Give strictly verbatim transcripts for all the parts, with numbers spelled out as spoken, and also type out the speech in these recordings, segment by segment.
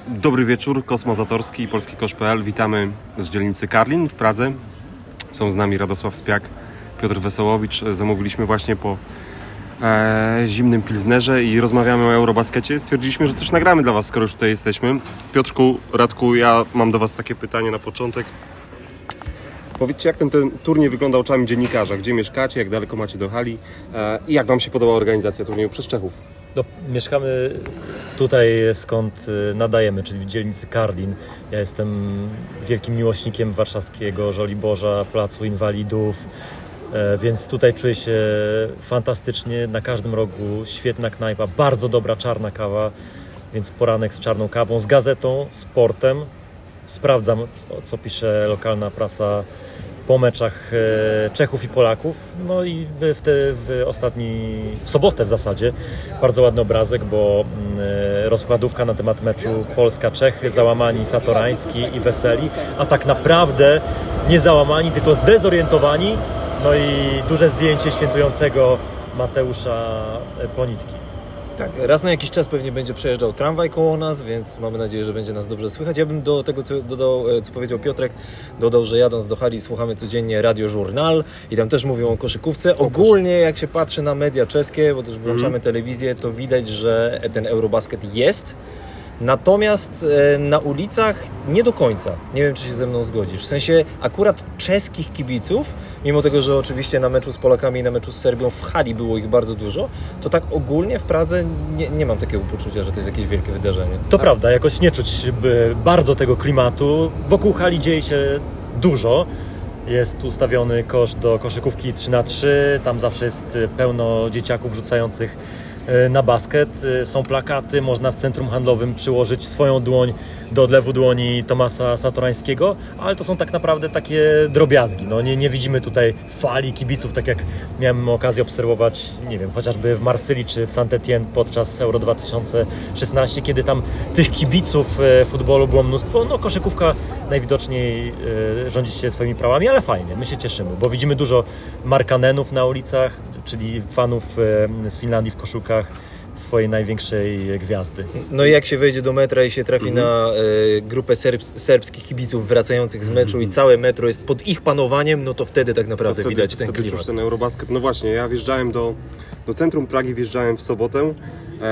Dobry wieczór, Kosmos Zatorski i Polski Kosz kropka pe el. Witamy z dzielnicy Karlin w Pradze. Są z nami Radosław Spiak, Piotr Wesołowicz. Zamówiliśmy właśnie po e, zimnym pilsnerze i rozmawiamy o Eurobaskecie. Stwierdziliśmy, że coś nagramy dla Was, skoro już tutaj jesteśmy. Piotrku, Radku, ja mam do Was takie pytanie na początek. Powiedzcie, jak ten, ten turniej wygląda oczami dziennikarza? Gdzie mieszkacie, jak daleko macie do hali e, i jak Wam się podoba organizacja turnieju przez Czechów? No, mieszkamy tutaj, skąd nadajemy, czyli w dzielnicy Karlin. Ja jestem wielkim miłośnikiem warszawskiego Żoliborza, Placu Inwalidów, więc tutaj czuję się fantastycznie. Na każdym rogu świetna knajpa, bardzo dobra czarna kawa, więc poranek z czarną kawą, z gazetą, sportem. Sprawdzam, co pisze lokalna prasa po meczach Czechów i Polaków. No i w, te, w ostatni, w sobotę w zasadzie, bardzo ładny obrazek, bo rozkładówka na temat meczu Polska-Czechy, załamani Satorański i Weseli, a tak naprawdę nie załamani, tylko zdezorientowani. No i duże zdjęcie świętującego Mateusza Ponitki. Tak, raz na jakiś czas pewnie będzie przejeżdżał tramwaj koło nas, więc mamy nadzieję, że będzie nas dobrze słychać. Ja bym do tego, co, dodał, co powiedział Piotrek, dodał, że jadąc do hali słuchamy codziennie Radio Żurnal i tam też mówią o koszykówce. Ogólnie jak się patrzy na media czeskie, bo też włączamy mm. telewizję, to widać, że ten Eurobasket jest. Natomiast na ulicach nie do końca. Nie wiem, czy się ze mną zgodzisz. W sensie akurat czeskich kibiców, mimo tego, że oczywiście na meczu z Polakami i na meczu z Serbią w hali było ich bardzo dużo, to tak ogólnie w Pradze nie, nie mam takiego poczucia, że to jest jakieś wielkie wydarzenie. To tak. Prawda, jakoś nie czuć bardzo tego klimatu. Wokół hali dzieje się dużo. Jest ustawiony kosz do koszykówki trzy na trzy. Tam zawsze jest pełno dzieciaków rzucających na basket. Są plakaty, można w centrum handlowym przyłożyć swoją dłoń do odlewu dłoni Tomasa Satorańskiego, ale to są tak naprawdę takie drobiazgi. No, nie, nie widzimy tutaj fali kibiców, tak jak miałem okazję obserwować, nie wiem, chociażby w Marsylii czy w Saint-Étienne podczas Euro dwa tysiące szesnaście, kiedy tam tych kibiców futbolu było mnóstwo. No, koszykówka najwidoczniej rządzi się swoimi prawami, ale fajnie, my się cieszymy, bo widzimy dużo Markkanenów na ulicach, czyli fanów z Finlandii w koszulkach swojej największej gwiazdy. No i jak się wejdzie do metra i się trafi mm-hmm. na y, grupę serbs- serbskich kibiców wracających z meczu mm-hmm. i całe metro jest pod ich panowaniem, no to wtedy tak naprawdę to wtedy, widać ten wtedy klimat. Ten Eurobasket. No właśnie, ja wjeżdżałem do, do centrum Pragi, wjeżdżałem w sobotę e,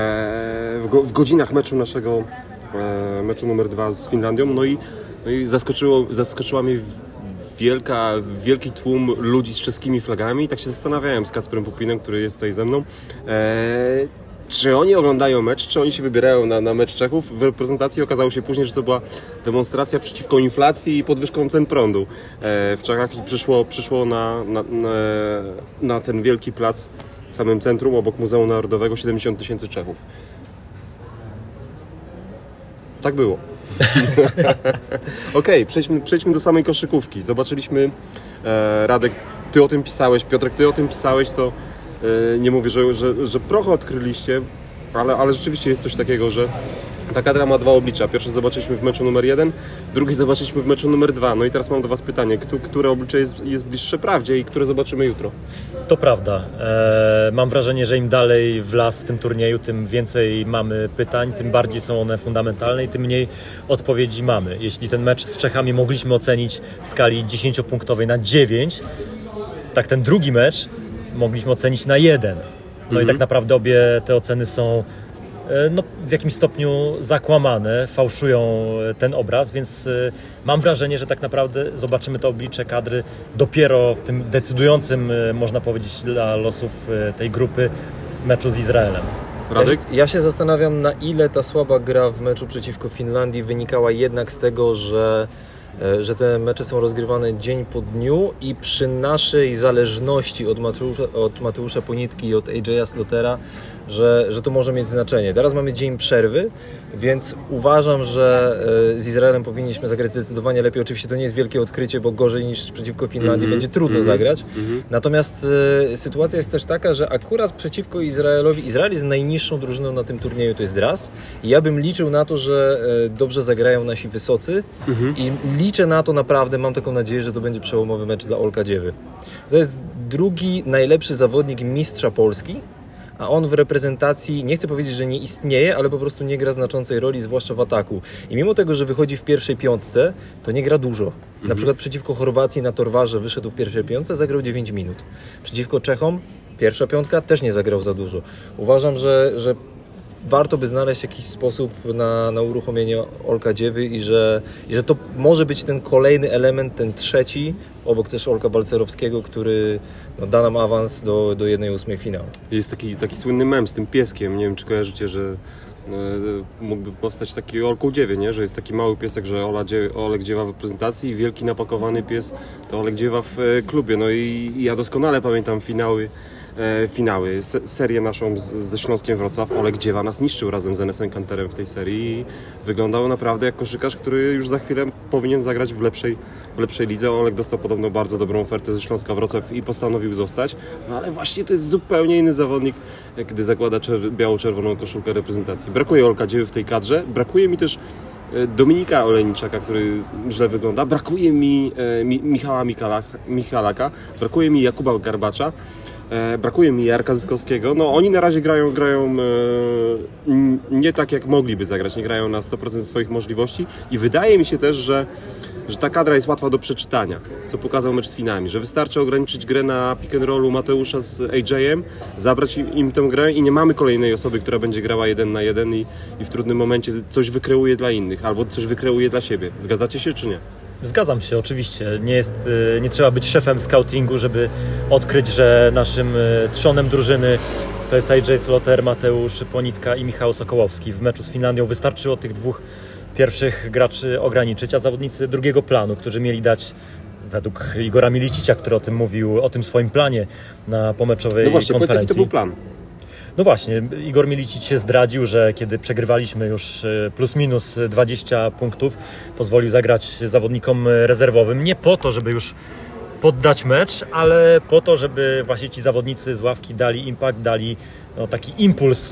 w, go, w godzinach meczu naszego e, meczu numer dwa z Finlandią, no i, no i zaskoczyło, zaskoczyła mnie Wielka, wielki tłum ludzi z czeskimi flagami i tak się zastanawiałem z Kacprem Pupinem, który jest tutaj ze mną, eee, czy oni oglądają mecz, czy oni się wybierają na, na mecz Czechów. W reprezentacji okazało się później, że to była demonstracja przeciwko inflacji i podwyżkom cen prądu eee, w Czechach i przyszło, przyszło na, na, na, na ten wielki plac w samym centrum, obok Muzeum Narodowego, siedemdziesiąt tysięcy Czechów. Tak było. Okej, okay, przejdźmy, przejdźmy do samej koszykówki. Zobaczyliśmy, e, Radek, ty o tym pisałeś, Piotrek, ty o tym pisałeś, to e, nie mówię, że, że, że prochę odkryliście, ale, ale rzeczywiście jest coś takiego, że ta kadra ma dwa oblicza. Pierwsze zobaczyliśmy w meczu numer jeden, drugi zobaczyliśmy w meczu numer dwa. No i teraz mam do Was pytanie, które oblicze jest, jest bliższe prawdzie i które zobaczymy jutro? To prawda. E, mam wrażenie, że im dalej w las w tym turnieju, tym więcej mamy pytań, tym bardziej są one fundamentalne i tym mniej odpowiedzi mamy. Jeśli ten mecz z Czechami mogliśmy ocenić w skali dziesięciopunktowej na dziewięć, tak ten drugi mecz mogliśmy ocenić na jeden. No mhm. i tak naprawdę obie te oceny są no, w jakimś stopniu zakłamane, fałszują ten obraz, więc mam wrażenie, że tak naprawdę zobaczymy to oblicze kadry dopiero w tym decydującym, można powiedzieć, dla losów tej grupy meczu z Izraelem. Radek? Ja, ja się zastanawiam, na ile ta słaba gra w meczu przeciwko Finlandii wynikała jednak z tego, że że te mecze są rozgrywane dzień po dniu i przy naszej zależności od Mateusza, od Mateusza Ponitki i od A J a Slotera, że, że to może mieć znaczenie. Teraz mamy dzień przerwy, więc uważam, że z Izraelem powinniśmy zagrać zdecydowanie lepiej. Oczywiście to nie jest wielkie odkrycie, bo gorzej niż przeciwko Finlandii mm-hmm. będzie trudno mm-hmm. zagrać. Mm-hmm. Natomiast y, sytuacja jest też taka, że akurat przeciwko Izraelowi, Izrael jest najniższą drużyną na tym turnieju, to jest raz. I ja bym liczył na to, że y, dobrze zagrają nasi wysocy mm-hmm. i liczę na to naprawdę, mam taką nadzieję, że to będzie przełomowy mecz dla Olka Dziewy. To jest drugi najlepszy zawodnik mistrza Polski, a on w reprezentacji, nie chcę powiedzieć, że nie istnieje, ale po prostu nie gra znaczącej roli, zwłaszcza w ataku. I mimo tego, że wychodzi w pierwszej piątce, to nie gra dużo. Mhm. Na przykład przeciwko Chorwacji na Torwarze wyszedł w pierwszej piątce, zagrał dziewięć minut. Przeciwko Czechom pierwsza piątka też nie zagrał za dużo. Uważam, że, że warto by znaleźć jakiś sposób na, na uruchomienie Olka Dziewy i że, i że to może być ten kolejny element, ten trzeci, obok też Olka Balcerowskiego, który no, da nam awans do, do jednej ósmej finału. Jest taki, taki słynny mem z tym pieskiem, nie wiem czy kojarzycie, że e, mógłby powstać taki Olku Dziewie, nie? Że jest taki mały piesek, że Ola Dzie, Olek Dziewa w reprezentacji i wielki napakowany pies to Olek Dziewa w e, klubie. No i, i ja doskonale pamiętam finały, e, finały, se, serię naszą z, ze Śląskiem Wrocław. Olek Dziewa nas niszczył razem z N S em Kanterem w tej serii i wyglądał naprawdę jak koszykarz, który już za chwilę powinien zagrać w lepszej, w lepszej lidze. Olek dostał podobno bardzo dobrą ofertę ze Śląska Wrocław i postanowił zostać. No ale właśnie to jest zupełnie inny zawodnik, gdy zakłada czer- biało-czerwoną koszulkę reprezentacji. Brakuje Olka Dziewy w tej kadrze. Brakuje mi też Dominika Olejniczaka, który źle wygląda. Brakuje mi e, mi, Michała Mikalaka, Michalaka. Brakuje mi Jakuba Garbacza. E, brakuje mi Jarka Zyskowskiego. No oni na razie grają, grają e, nie tak jak mogliby zagrać. Nie grają na sto procent swoich możliwości i wydaje mi się też, że że ta kadra jest łatwa do przeczytania, co pokazał mecz z Finami, że wystarczy ograniczyć grę na pick and rollu Mateusza z A J-em, zabrać im tę grę i nie mamy kolejnej osoby, która będzie grała jeden na jeden i, i w trudnym momencie coś wykreuje dla innych albo coś wykreuje dla siebie. Zgadzacie się czy nie? Zgadzam się, oczywiście. Nie, jest, nie trzeba być szefem scoutingu, żeby odkryć, że naszym trzonem drużyny to jest A J Slaughter, Mateusz Ponitka i Michał Sokołowski. W meczu z Finlandią wystarczyło tych dwóch pierwszych graczy ograniczyć, a zawodnicy drugiego planu, którzy mieli dać, według Igora Milicicia, który o tym mówił, o tym swoim planie na pomeczowej no właśnie, konferencji. Jaki to był plan? No właśnie, Igor Milicic się zdradził, że kiedy przegrywaliśmy już plus minus dwadzieścia punktów, pozwolił zagrać zawodnikom rezerwowym, nie po to, żeby już poddać mecz, ale po to, żeby właśnie ci zawodnicy z ławki dali impact, dali no, taki impuls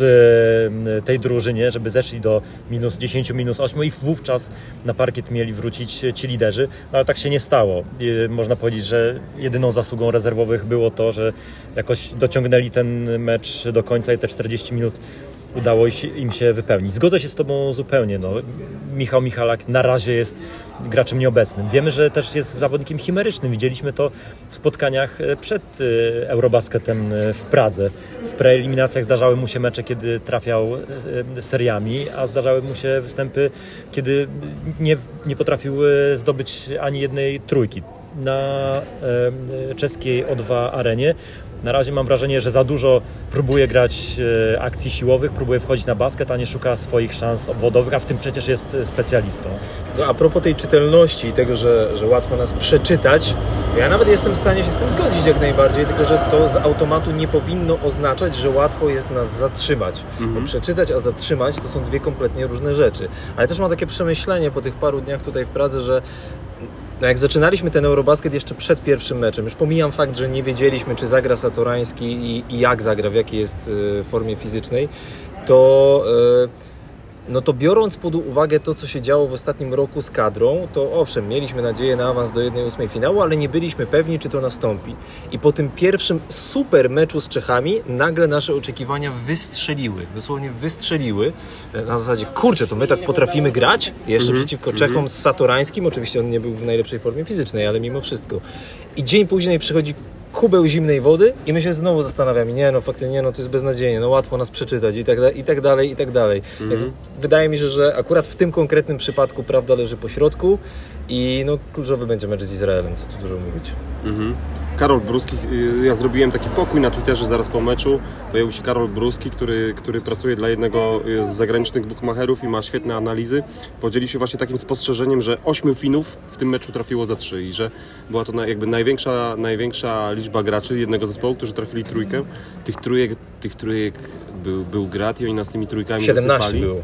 tej drużynie, żeby zeszli do minus dziesięć, minus osiem i wówczas na parkiet mieli wrócić ci liderzy, no, ale tak się nie stało. Można powiedzieć, że jedyną zasługą rezerwowych było to, że jakoś dociągnęli ten mecz do końca i te czterdzieści minut udało im się wypełnić. Zgodzę się z Tobą zupełnie. No, Michał Michalak na razie jest graczem nieobecnym. Wiemy, że też jest zawodnikiem chimerycznym. Widzieliśmy to w spotkaniach przed Eurobasketem w Pradze. W preeliminacjach zdarzały mu się mecze, kiedy trafiał seriami, a zdarzały mu się występy, kiedy nie, nie potrafił zdobyć ani jednej trójki. Na czeskiej O dwa arenie na razie mam wrażenie, że za dużo próbuje grać e, akcji siłowych, próbuje wchodzić na basket, a nie szuka swoich szans obwodowych, a w tym przecież jest specjalistą. No, a propos tej czytelności i tego, że, że łatwo nas przeczytać, ja nawet jestem w stanie się z tym zgodzić jak najbardziej, tylko że to z automatu nie powinno oznaczać, że łatwo jest nas zatrzymać. Mhm. Bo przeczytać, a zatrzymać to są dwie kompletnie różne rzeczy. Ale też mam takie przemyślenie po tych paru dniach tutaj w Pradze, że no jak zaczynaliśmy ten Eurobasket jeszcze przed pierwszym meczem, już pomijam fakt, że nie wiedzieliśmy, czy zagra Satorański i, i jak zagra, w jakiej jest y, formie fizycznej, to, y, no to biorąc pod uwagę to, co się działo w ostatnim roku z kadrą, to owszem, mieliśmy nadzieję na awans do jednej ósmej finału, ale nie byliśmy pewni, czy to nastąpi. I po tym pierwszym super meczu z Czechami nagle nasze oczekiwania wystrzeliły, dosłownie wystrzeliły. Na zasadzie, kurczę, to my tak potrafimy grać? Jeszcze mm-hmm. przeciwko Czechom z Satorańskim, oczywiście on nie był w najlepszej formie fizycznej, ale mimo wszystko. I dzień później przychodzi kubeł zimnej wody i my się znowu zastanawiamy, nie no faktycznie, nie no to jest beznadziejnie, no łatwo nas przeczytać i tak, i tak dalej, i tak dalej. Mm-hmm. Więc wydaje mi się, że akurat w tym konkretnym przypadku prawda leży po środku i no kluczowy będzie mecz z Izraelem, co tu dużo mówić. Mm-hmm. Karol Bruski, ja zrobiłem taki pokój na Twitterze zaraz po meczu, pojawił się Karol Bruski, który, który pracuje dla jednego z zagranicznych bookmacherów i ma świetne analizy. Podzielił się właśnie takim spostrzeżeniem, że ośmiu Finów w tym meczu trafiło za trzy i że była to jakby największa, największa liczba graczy jednego zespołu, którzy trafili trójkę. Tych trójek, tych trójek był, był grat i oni nas tymi trójkami siedemnaście zasypali. było.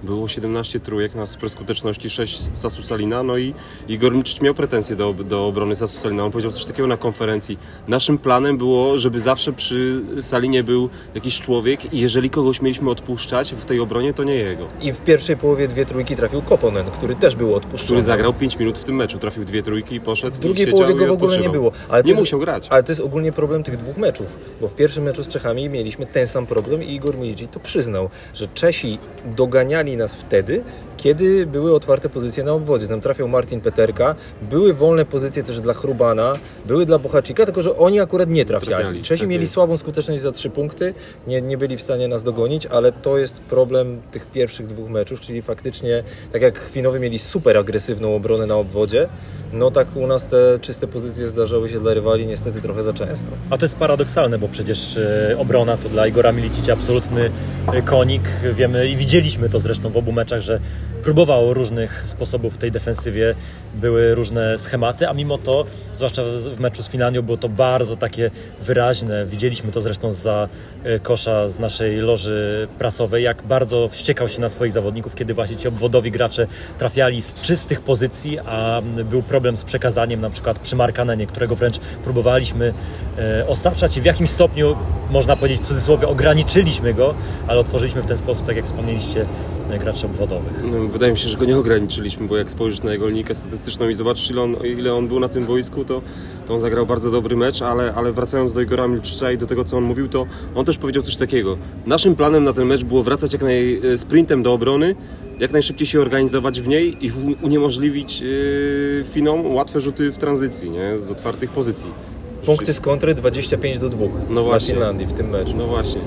było siedemnaście trójek na super skuteczności, sześć Sasu Salina, no i Igor Milicic miał pretensje do, do obrony Sasu Salina. On powiedział coś takiego na konferencji. Naszym planem było, żeby zawsze przy Salinie był jakiś człowiek i jeżeli kogoś mieliśmy odpuszczać w tej obronie, to nie jego. I w pierwszej połowie dwie trójki trafił Koponen, który też był odpuszczony. Który zagrał pięć minut w tym meczu, trafił dwie trójki i poszedł. W drugiej połowie go w ogóle nie było. Ale nie jest, musiał grać. Ale to jest ogólnie problem tych dwóch meczów, bo w pierwszym meczu z Czechami mieliśmy ten sam problem i Igor Milicic to przyznał, że Czesi doganiali nas wtedy, kiedy były otwarte pozycje na obwodzie. Tam trafiał Martin Peterka, były wolne pozycje też dla Chrubana, były dla Bohaczyka, tylko że oni akurat nie trafiali. trafiali Czesi tak mieli jest. słabą skuteczność za trzy punkty, nie, nie byli w stanie nas dogonić, ale to jest problem tych pierwszych dwóch meczów, czyli faktycznie, tak jak Chwinowie mieli super agresywną obronę na obwodzie, no tak u nas te czyste pozycje zdarzały się dla rywali niestety trochę za często. A to jest paradoksalne, bo przecież obrona to dla Igora Milicicia absolutny konik. Wiemy i widzieliśmy to zresztą w obu meczach, że próbował różnych sposobów w tej defensywie, były różne schematy, a mimo to, zwłaszcza w meczu z Finlandią, było to bardzo takie wyraźne. Widzieliśmy to zresztą zza kosza z naszej loży prasowej, jak bardzo wściekał się na swoich zawodników, kiedy właśnie ci obwodowi gracze trafiali z czystych pozycji, a był problem z przekazaniem, na przykład przy Markkanenie, którego wręcz próbowaliśmy osaczać i w jakimś stopniu, można powiedzieć w cudzysłowie, ograniczyliśmy go, ale otworzyliśmy w ten sposób, tak jak wspomnieliście, graczy obwodowych. No, wydaje mi się, że go nie ograniczyliśmy, bo jak spojrzysz na jego linijkę statystyczną i zobaczysz, ile on, ile on był na tym boisku, to, to on zagrał bardzo dobry mecz, ale, ale wracając do Igora Milicicia i do tego, co on mówił, to on też powiedział coś takiego. Naszym planem na ten mecz było wracać jak naj, sprintem do obrony, jak najszybciej się organizować w niej i uniemożliwić yy, Finom łatwe rzuty w tranzycji, nie? Z otwartych pozycji. Punkty z kontry dwadzieścia pięć do dwóch no dla Finlandii w tym meczu. No właśnie.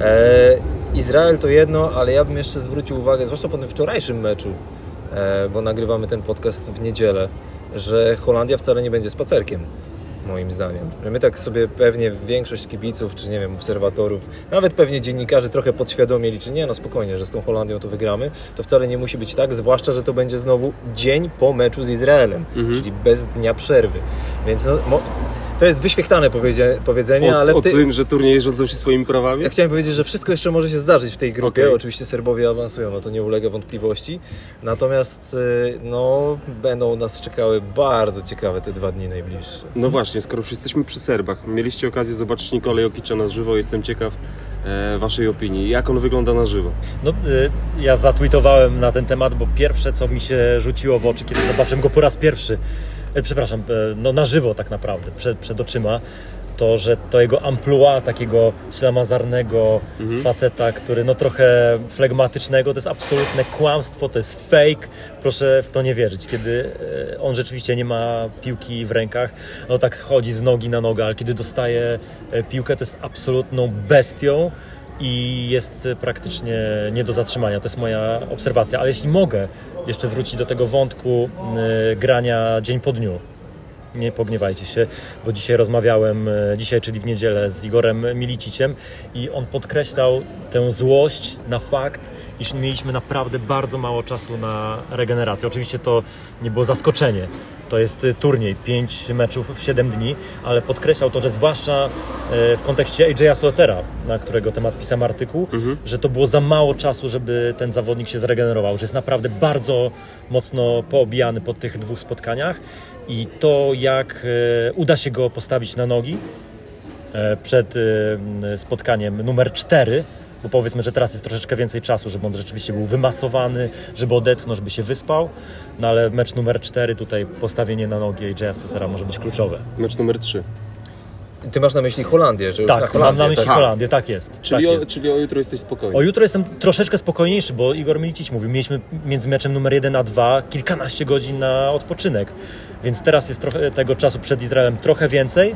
E, Izrael to jedno, ale ja bym jeszcze zwrócił uwagę, zwłaszcza po tym wczorajszym meczu, e, bo nagrywamy ten podcast w niedzielę, że Holandia wcale nie będzie spacerkiem, moim zdaniem. My tak sobie pewnie większość kibiców, czy nie wiem, obserwatorów, nawet pewnie dziennikarzy trochę podświadomie liczy, nie no spokojnie, że z tą Holandią to wygramy, to wcale nie musi być tak, zwłaszcza, że to będzie znowu dzień po meczu z Izraelem, mhm. czyli bez dnia przerwy. Więc no, mo- to jest wyświechtane powiedzenie, o, ale... O w tej... tym, że turniej rządzą się swoimi prawami? Ja chciałem powiedzieć, że wszystko jeszcze może się zdarzyć w tej grupie. Okay. Oczywiście Serbowie awansują, no to nie ulega wątpliwości. Natomiast no, będą nas czekały bardzo ciekawe te dwa dni najbliższe. No właśnie, skoro już jesteśmy przy Serbach, mieliście okazję zobaczyć Nikolę Jokicza na żywo, jestem ciekaw e, waszej opinii. Jak on wygląda na żywo? No, y, ja zatweetowałem na ten temat, bo pierwsze, co mi się rzuciło w oczy, kiedy zobaczyłem go po raz pierwszy, przepraszam, no na żywo tak naprawdę, przed, przed oczyma, to, że to jego amplua takiego ślamazarnego mhm. faceta, który no trochę flegmatycznego, to jest absolutne kłamstwo, to jest fake, proszę w to nie wierzyć, kiedy on rzeczywiście nie ma piłki w rękach, no tak chodzi z nogi na nogę, ale kiedy dostaje piłkę, to jest absolutną bestią i jest praktycznie nie do zatrzymania. To jest moja obserwacja, ale jeśli mogę jeszcze wrócić do tego wątku y, grania dzień po dniu. Nie pogniewajcie się, bo dzisiaj rozmawiałem, dzisiaj, czyli w niedzielę, z Igorem Miliciciem i on podkreślał tę złość na fakt, iż mieliśmy naprawdę bardzo mało czasu na regenerację. Oczywiście to nie było zaskoczenie. To jest turniej, pięć meczów w siedem dni, ale podkreślał to, że zwłaszcza w kontekście A J Slotera, na którego temat pisałem artykuł, mhm. że to było za mało czasu, żeby ten zawodnik się zregenerował, że jest naprawdę bardzo mocno poobijany po tych dwóch spotkaniach i to, jak uda się go postawić na nogi przed spotkaniem numer cztery, bo powiedzmy, że teraz jest troszeczkę więcej czasu, żeby on rzeczywiście był wymasowany, żeby odetchnął, żeby się wyspał, no ale mecz numer cztery, tutaj postawienie na nogi A J Slotera może być kluczowe. Mecz numer trzy. Ty masz na myśli Holandię, że już tak, na Holandię. Tak, mam na myśli tak? Holandię, tak jest. Czyli, tak o, jest. czyli o jutro jesteś spokojny? O jutro jestem troszeczkę spokojniejszy, bo Igor Milicic mówił, mieliśmy między meczem numer jeden a dwa kilkanaście godzin na odpoczynek, więc teraz jest trochę tego czasu przed Izraelem trochę więcej.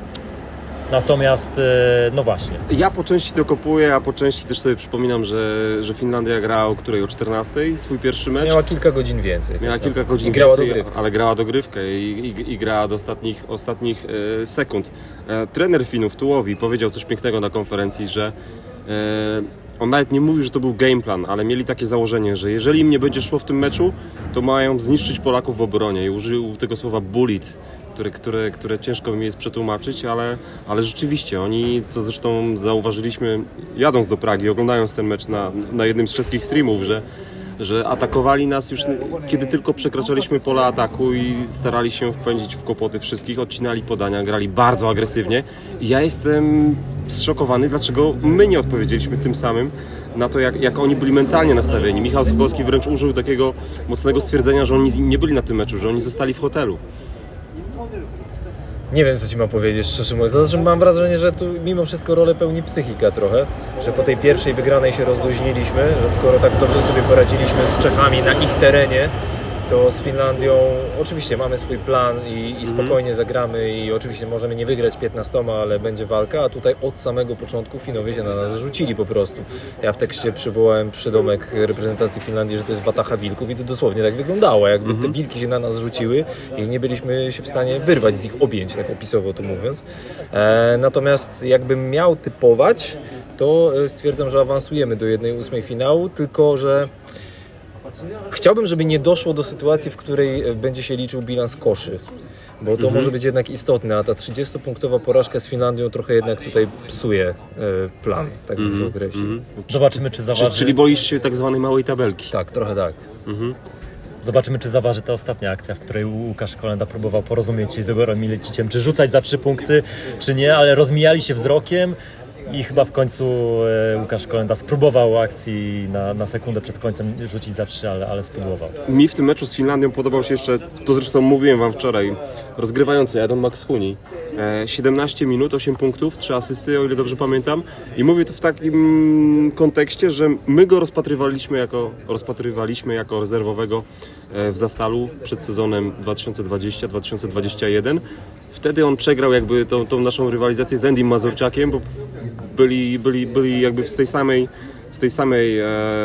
Natomiast, no właśnie. Ja po części to kopuję, a po części też sobie przypominam, że, że Finlandia grała o której? O czternastej swój pierwszy mecz? Miała kilka godzin więcej. Miała tak, kilka godzin I grała więcej, dogrywkę. ale grała dogrywkę i, i, i grała do ostatnich, ostatnich e, sekund. E, trener Finów, Tułowi, powiedział coś pięknego na konferencji, że e, on nawet nie mówił, że to był game plan, ale mieli takie założenie, że jeżeli im nie będzie szło w tym meczu, to mają zniszczyć Polaków w obronie i użył tego słowa bullet, które, które, które ciężko mi jest przetłumaczyć, ale, ale rzeczywiście oni, co zresztą zauważyliśmy jadąc do Pragi, oglądając ten mecz na, na jednym z czeskich streamów, że że atakowali nas już kiedy tylko przekraczaliśmy pole ataku i starali się wpędzić w kłopoty wszystkich, odcinali podania, grali bardzo agresywnie i ja jestem zszokowany, dlaczego my nie odpowiedzieliśmy tym samym na to, jak, jak oni byli mentalnie nastawieni. Michał Sokolski wręcz użył takiego mocnego stwierdzenia, że oni nie byli na tym meczu, że oni zostali w hotelu. Nie wiem, co Ci mam powiedzieć, szczerze mówiąc. Znaczy, mam wrażenie, że tu mimo wszystko rolę pełni psychika trochę, że po tej pierwszej wygranej się rozluźniliśmy, że skoro tak dobrze sobie poradziliśmy z Czechami na ich terenie, to z Finlandią oczywiście mamy swój plan i, i spokojnie zagramy i oczywiście możemy nie wygrać piętnastoma, ale będzie walka, a tutaj od samego początku Finowie się na nas rzucili po prostu. Ja w tekście przywołałem przydomek reprezentacji Finlandii, że to jest watacha wilków i to dosłownie tak wyglądało, jakby te wilki się na nas rzuciły i nie byliśmy się w stanie wyrwać z ich objęć, tak opisowo tu mówiąc. E, natomiast jakbym miał typować, to stwierdzam, że awansujemy do jednej ósmej finału, tylko że chciałbym, żeby nie doszło do sytuacji, w której będzie się liczył bilans koszy, bo to mm-hmm. może być jednak istotne, a ta trzydziestopunktowa porażka z Finlandią trochę jednak tutaj psuje e, plan, tak bym mm-hmm. to określił. Mm-hmm. Zobaczymy, czy zaważy... Czyli boisz się tak zwanej małej tabelki. Tak, trochę tak. Mm-hmm. Zobaczymy, czy zaważy ta ostatnia akcja, w której Łukasz Kolenda próbował porozumieć się z Igorem Mileciciem, czy rzucać za trzy punkty, czy nie, ale rozmijali się wzrokiem. I chyba w końcu Łukasz Kolenda spróbował akcji na, na sekundę przed końcem rzucić za trzy, ale, ale spróbował. Mi w tym meczu z Finlandią podobał się jeszcze, to zresztą mówiłem Wam wczoraj, rozgrywający Edon Maxhuni. siedemnaście minut, osiem punktów, trzy asysty, o ile dobrze pamiętam. I mówię to w takim kontekście, że my go rozpatrywaliśmy jako, rozpatrywaliśmy jako rezerwowego w Zastalu przed sezonem dwa tysiące dwudziestym dwa tysiące dwudziestym pierwszym. Wtedy on przegrał jakby tą, tą naszą rywalizację z Endym Mazurczakiem, bo byli, byli, byli jakby z tej samej, z tej samej e,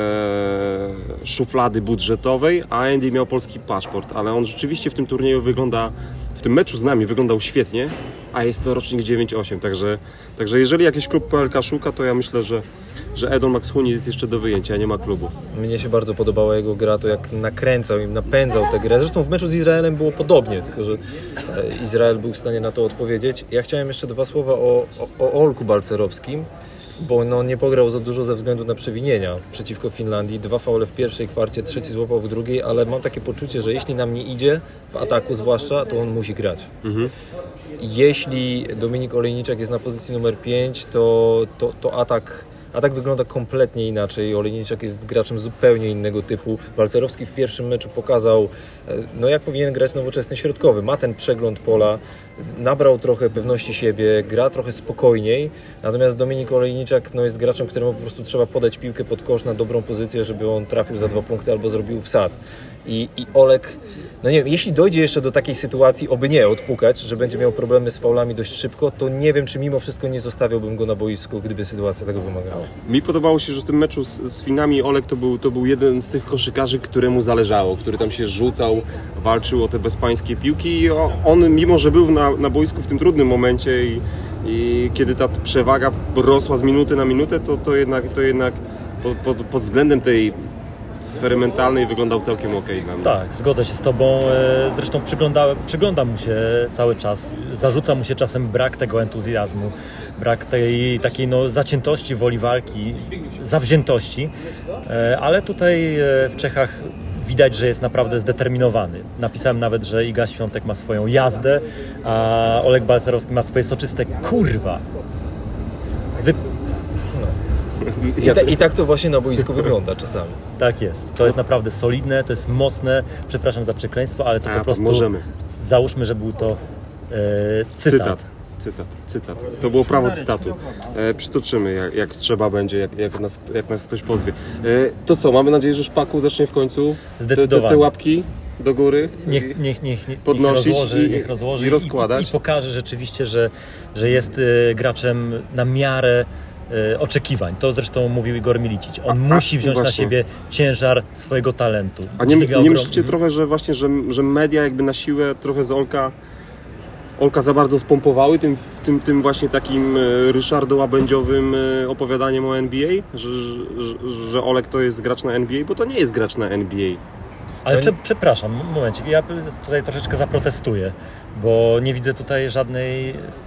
szuflady budżetowej, a Andy miał polski paszport, ale on rzeczywiście w tym turnieju wygląda, w tym meczu z nami wyglądał świetnie, a jest to rocznik dziewięć osiem, także, także jeżeli jakiś klub P L K szuka, to ja myślę, że, że Edon Maxhuni jest jeszcze do wyjęcia, nie ma klubu. Mnie się bardzo podobała jego gra, to jak nakręcał i napędzał tę grę. Zresztą w meczu z Izraelem było podobnie, tylko że Izrael był w stanie na to odpowiedzieć. Ja chciałem jeszcze dwa słowa o, o, o Olku Balcerowskim, bo no, nie pograł za dużo ze względu na przewinienia przeciwko Finlandii. Dwa faule w pierwszej kwarcie, trzeci złapał w drugiej, ale mam takie poczucie, że jeśli nam nie idzie, w ataku zwłaszcza, to on musi grać. Mhm. Jeśli Dominik Olejniczak jest na pozycji numer pięć, to, to, to atak... Atak wygląda kompletnie inaczej. Olejniczak jest graczem zupełnie innego typu. Balcerowski w pierwszym meczu pokazał, no jak powinien grać nowoczesny środkowy. Ma ten przegląd pola, nabrał trochę pewności siebie, gra trochę spokojniej. Natomiast Dominik Olejniczak no, jest graczem, któremu po prostu trzeba podać piłkę pod kosz na dobrą pozycję, żeby on trafił za dwa punkty albo zrobił wsad. I, i Olek, no nie wiem, jeśli dojdzie jeszcze do takiej sytuacji, oby nie odpukać, że będzie miał problemy z faulami dość szybko, to nie wiem, czy mimo wszystko nie zostawiałbym go na boisku, gdyby sytuacja tego wymagała. Mi podobało się, że w tym meczu z, z Finami Olek to był, to był jeden z tych koszykarzy, któremu zależało, który tam się rzucał, walczył o te bezpańskie piłki i on, mimo że był na, na boisku w tym trudnym momencie i, i kiedy ta przewaga rosła z minuty na minutę, to, to jednak, to jednak pod, pod, pod względem tej sfery mentalnej wyglądał całkiem okej dla mnie. Tak, zgodzę się z Tobą. Zresztą przyglądałem, przyglądam mu się cały czas. Zarzuca mu się czasem brak tego entuzjazmu, brak tej takiej no, zaciętości, woli walki, zawziętości. Ale tutaj w Czechach widać, że jest naprawdę zdeterminowany. Napisałem nawet, że Iga Świątek ma swoją jazdę, a Olek Balcerowski ma swoje soczyste kurwa. Wy... I, ta, I tak to właśnie na boisku wygląda czasami. Tak jest. To jest naprawdę solidne, to jest mocne. Przepraszam za przekleństwo, ale to A, po prostu... Możemy. Załóżmy, że był to e, cytat. cytat. Cytat, cytat. To było prawo cytatu. E, przytoczymy, jak, jak trzeba będzie, jak, jak, nas, jak nas ktoś pozwie. E, to co, mamy nadzieję, że Szpaku zacznie w końcu Zdecydowanie. Te, te, te łapki do góry niech, niech, niech, niech, podnosić niech rozłoży, i, niech rozłoży i rozkładać. I, i pokaże rzeczywiście, że, że jest y, graczem na miarę y, oczekiwań. To zresztą mówił Igor Milicic. On a, musi wziąć a, na siebie ciężar swojego talentu. A nie, nie myślicie ogrom... trochę, że właśnie, że, że media jakby na siłę trochę z Olka Olka za bardzo spompowały tym, tym, tym właśnie takim ryszardo-łabędziowym opowiadaniem o N B A? Że, że, że Olek to jest gracz na N B A? Bo to nie jest gracz na N B A. Ale prze, przepraszam, momencik, ja tutaj troszeczkę zaprotestuję, bo nie widzę tutaj żadnej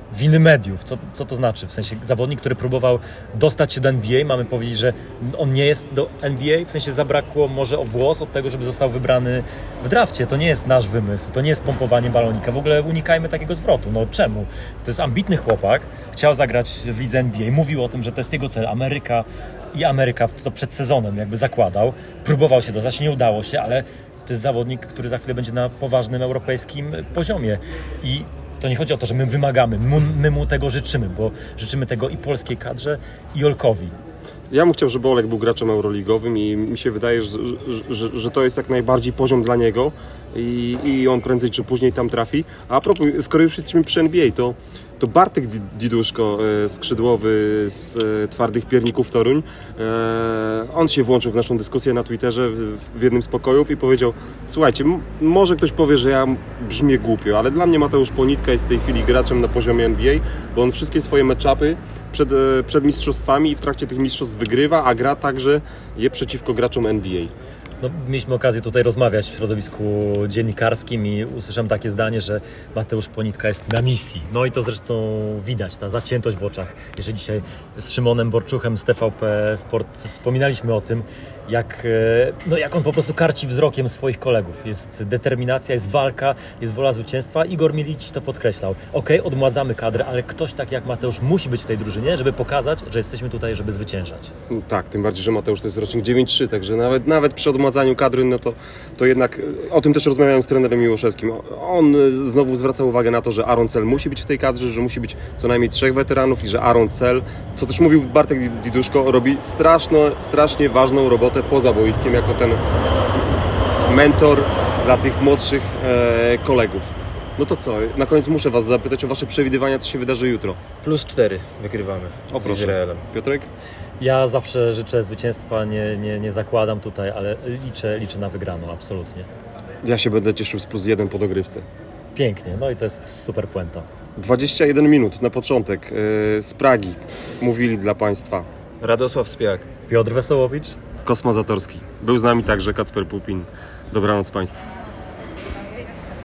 winy mediów. Co, co to znaczy? W sensie zawodnik, który próbował dostać się do N B A, mamy powiedzieć, że on nie jest do N B A, w sensie zabrakło może o włos od tego, żeby został wybrany w drafcie. To nie jest nasz wymysł, to nie jest pompowanie balonika. W ogóle unikajmy takiego zwrotu. No czemu? To jest ambitny chłopak, chciał zagrać w lidze N B A, mówił o tym, że to jest jego cel, Ameryka i Ameryka to przed sezonem jakby zakładał, próbował się dostać, nie udało się, ale to jest zawodnik, który za chwilę będzie na poważnym europejskim poziomie i to nie chodzi o to, że my wymagamy, my mu tego życzymy, bo życzymy tego i polskiej kadrze, i Olkowi. Ja bym chciał, żeby Olek był graczem euroligowym i mi się wydaje, że, że, że to jest jak najbardziej poziom dla niego i, i on prędzej czy później tam trafi. A, a propos, skoro już jesteśmy przy N B A, to, to Bartek Diduszko, skrzydłowy z Twardych Pierników Toruń, on się włączył w naszą dyskusję na Twitterze w jednym z pokojów i powiedział: słuchajcie, m- może ktoś powie, że ja brzmię głupio, ale dla mnie Mateusz Ponitka jest w tej chwili graczem na poziomie N B A, bo on wszystkie swoje match-upy przed, przed mistrzostwami i w trakcie tych mistrzostw wygrywa, a gra także je przeciwko graczom N B A. No, mieliśmy okazję tutaj rozmawiać w środowisku dziennikarskim i usłyszałem takie zdanie, że Mateusz Ponitka jest na misji. No i to zresztą widać, ta zaciętość w oczach. Jeżeli dzisiaj z Szymonem Borczuchem z T V P Sport wspominaliśmy o tym, jak, no jak on po prostu karci wzrokiem swoich kolegów. Jest determinacja, jest walka, jest wola zwycięstwa. Igor Milić to podkreślał. Okej, okay, odmładzamy kadrę, ale ktoś tak jak Mateusz musi być w tej drużynie, żeby pokazać, że jesteśmy tutaj, żeby zwyciężać. Tak, tym bardziej, że Mateusz to jest rocznik dziewięć trzy, także nawet, nawet przy odmładzaniu kadry, no to, to jednak, o tym też rozmawiałem z trenerem Miłoszewskim. On znowu zwraca uwagę na to, że Aaron Cell musi być w tej kadrze, że musi być co najmniej trzech weteranów i że Aaron Cell, co też mówił Bartek Diduszko, robi straszno, strasznie ważną robotę poza boiskiem, jako ten mentor dla tych młodszych e, kolegów. No to co, na koniec muszę Was zapytać o Wasze przewidywania, co się wydarzy jutro. Plus cztery wygrywamy o, z proszę. Izraelem. Piotrek? Ja zawsze życzę zwycięstwa, nie, nie, nie zakładam tutaj, ale liczę, liczę na wygraną, absolutnie. Ja się będę cieszył z plus jeden po dogrywce. Pięknie, no i to jest super puenta. dwadzieścia jeden minut na początek yy, z Pragi mówili dla Państwa Radosław Spiak, Piotr Wesołowicz, Kosma Zatorski. Był z nami także Kacper Pupin. Dobranoc Państwu.